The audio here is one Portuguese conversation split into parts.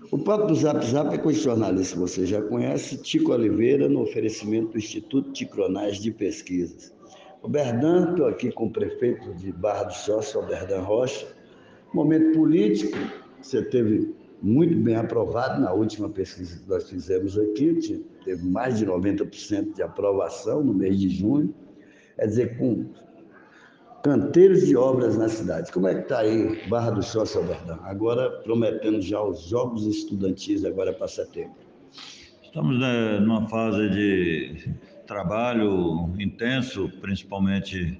O papo do Zap Zap é com os jornalistas, você já conhece, Tico Oliveira, no oferecimento do Instituto Ticronais de Pesquisas. Oberdan, estou aqui com o prefeito de Barra do Sócio, Oberdan Rocha. Momento político, você teve muito bem aprovado na última pesquisa que nós fizemos aqui, teve mais de 90% de aprovação no mês de junho, quer dizer, com canteiros de obras na cidade. Como é que está aí Barra do Sócio, Oberdan? Agora prometendo já os Jogos Estudantis agora para setembro. Estamos, numa fase de trabalho intenso, principalmente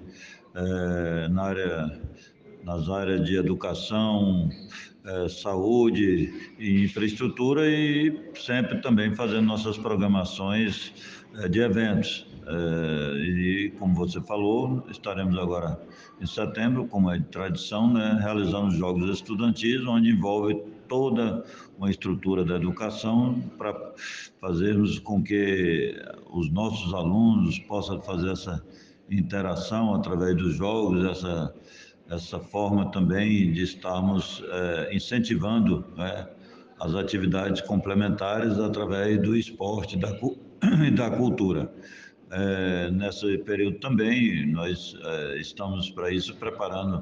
nas áreas de educação, saúde e infraestrutura, e sempre também fazendo nossas programações de eventos. E como você falou, estaremos agora em setembro, como é de tradição, né, realizando os Jogos Estudantis, onde envolve toda uma estrutura da educação para fazermos com que os nossos alunos possam fazer essa interação através dos jogos, essa forma também de estarmos incentivando, né, as atividades complementares através do esporte e da cultura. Nesse período também nós estamos para isso preparando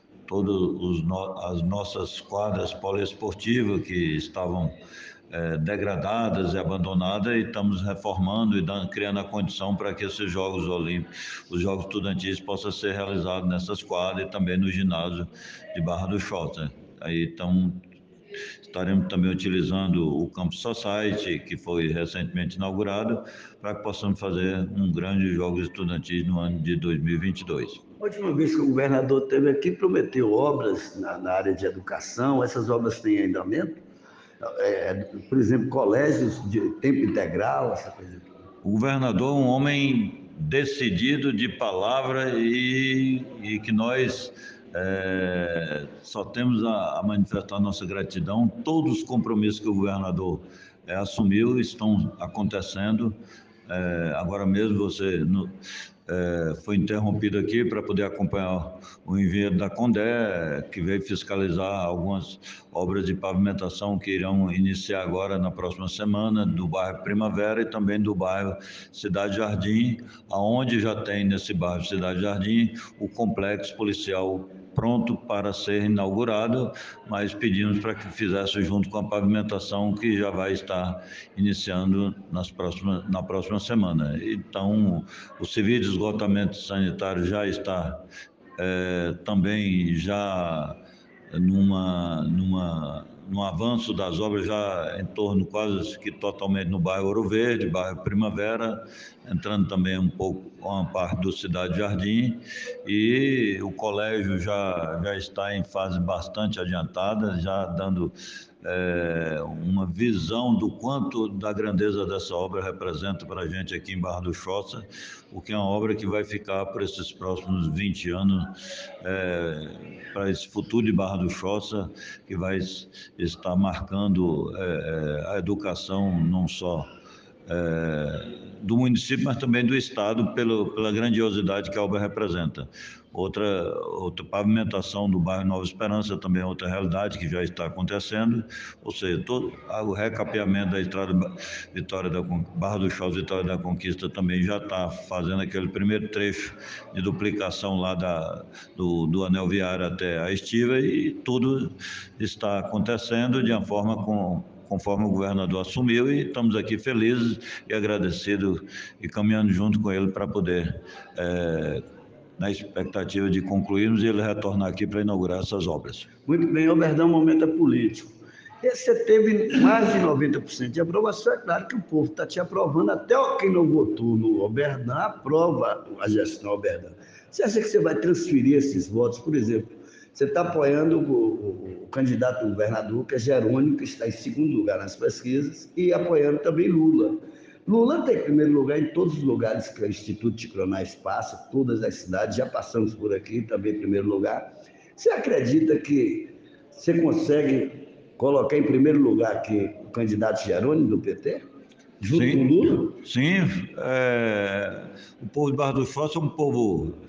as nossas quadras poliesportivas que estavam degradadas e abandonadas, e estamos reformando e criando a condição para que esses Jogos Olímpicos, os Jogos Estudantis, possam ser realizados nessas quadras e também no ginásio de Barra do Choça. Aí estaremos também utilizando o Campus Society, que foi recentemente inaugurado, para que possamos fazer um grande Jogos Estudantis no ano de 2022. A última vez que o governador esteve aqui, prometeu obras na área de educação. Essas obras têm andamento? Por exemplo, colégios de tempo integral, essa coisa. O governador é um homem decidido, de palavra, e que nós só temos a manifestar nossa gratidão. Todos os compromissos que o governador assumiu estão acontecendo. Agora mesmo você foi interrompido aqui para poder acompanhar o engenheiro da Condé, que veio fiscalizar algumas obras de pavimentação que irão iniciar agora na próxima semana, do bairro Primavera e também do bairro Cidade Jardim, aonde já tem nesse bairro Cidade Jardim o complexo policial pronto para ser inaugurado, mas pedimos para que fizesse junto com a pavimentação, que já vai estar iniciando na próxima semana. Então, o serviço de esgotamento sanitário já está também já num avanço das obras, já em torno quase que totalmente no bairro Ouro Verde, bairro Primavera, entrando também um pouco uma parte do Cidade Jardim, e o colégio já está em fase bastante adiantada, já dando uma visão do quanto da grandeza dessa obra representa para a gente aqui em Barra do Choça, porque é uma obra que vai ficar por esses próximos 20 anos, para esse futuro de Barra do Choça, que vai estar marcando a educação não só do município, mas também do estado, pela grandiosidade que a obra representa. Outra pavimentação do bairro Nova Esperança também é outra realidade que já está acontecendo, ou seja, todo o recapeamento da estrada Barra do Choça, Vitória da Conquista, também já está fazendo aquele primeiro trecho de duplicação lá do anel viário até a Estiva, e tudo está acontecendo de uma forma conforme o governador assumiu, e estamos aqui felizes e agradecidos e caminhando junto com ele para poder, na expectativa de concluirmos e ele retornar aqui para inaugurar essas obras. Muito bem, Oberdan, o momento é político. Você teve mais de 90% de aprovação, é claro que o povo está te aprovando, até quem não votou no Oberdan aprova a gestão Oberdan. Você acha que você vai transferir esses votos? Por exemplo, você está apoiando o candidato governador, que é Jerônimo, que está em segundo lugar nas pesquisas, e apoiando também Lula. Lula está em primeiro lugar em todos os lugares que o Instituto Ticronais passa, todas as cidades, já passamos por aqui, também em primeiro lugar. Você acredita que você consegue colocar em primeiro lugar aqui o candidato Jerônimo do PT? Junto com o Lula? Sim, o povo de Barra do Choça é um povo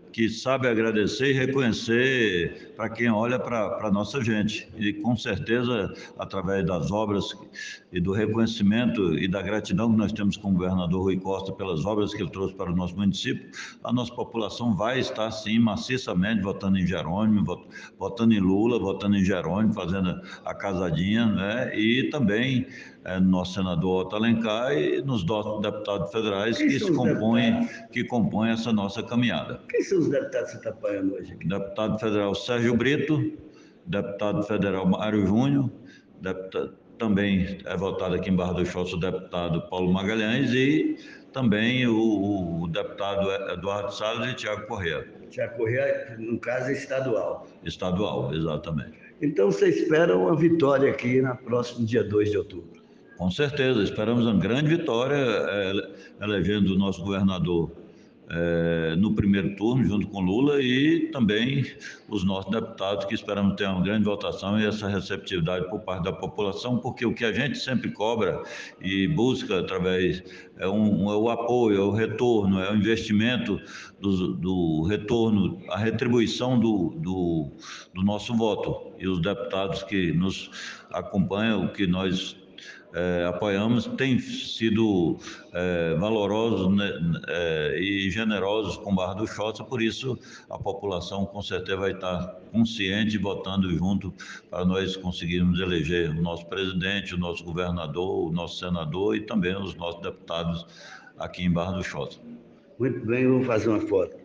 que sabe agradecer e reconhecer para quem olha para a nossa gente. E com certeza, através das obras e do reconhecimento e da gratidão que nós temos com o governador Rui Costa pelas obras que ele trouxe para o nosso município, a nossa população vai estar, sim, maciçamente votando em Jerônimo, votando em Lula, votando em Jerônimo, fazendo a casadinha, né? E também nosso senador Otto Alencar e nos nossos deputados federais que compõem essa nossa caminhada. Quem são os deputados que você está apoiando hoje aqui? Deputado federal Sérgio Brito, deputado federal Mário Júnior, também é votado aqui em Barra do Choça o deputado Paulo Magalhães e também o deputado Eduardo Salles e Tiago Corrêa. Tiago Corrêa, no caso, é estadual. Estadual, exatamente. Então, você espera uma vitória aqui no próximo dia 2 de outubro? Com certeza, esperamos uma grande vitória, elegendo o nosso governador no primeiro turno, junto com Lula, e também os nossos deputados, que esperamos ter uma grande votação e essa receptividade por parte da população, porque o que a gente sempre cobra e busca através é o apoio, é o retorno, é o investimento do retorno, a retribuição do nosso voto. E os deputados que nos acompanham, que nós apoiamos, têm sido valorosos, né, e generosos com Barra do Choça, por isso a população com certeza vai estar consciente, votando junto para nós conseguirmos eleger o nosso presidente, o nosso governador, o nosso senador e também os nossos deputados aqui em Barra do Choça. Muito bem, vou fazer uma foto.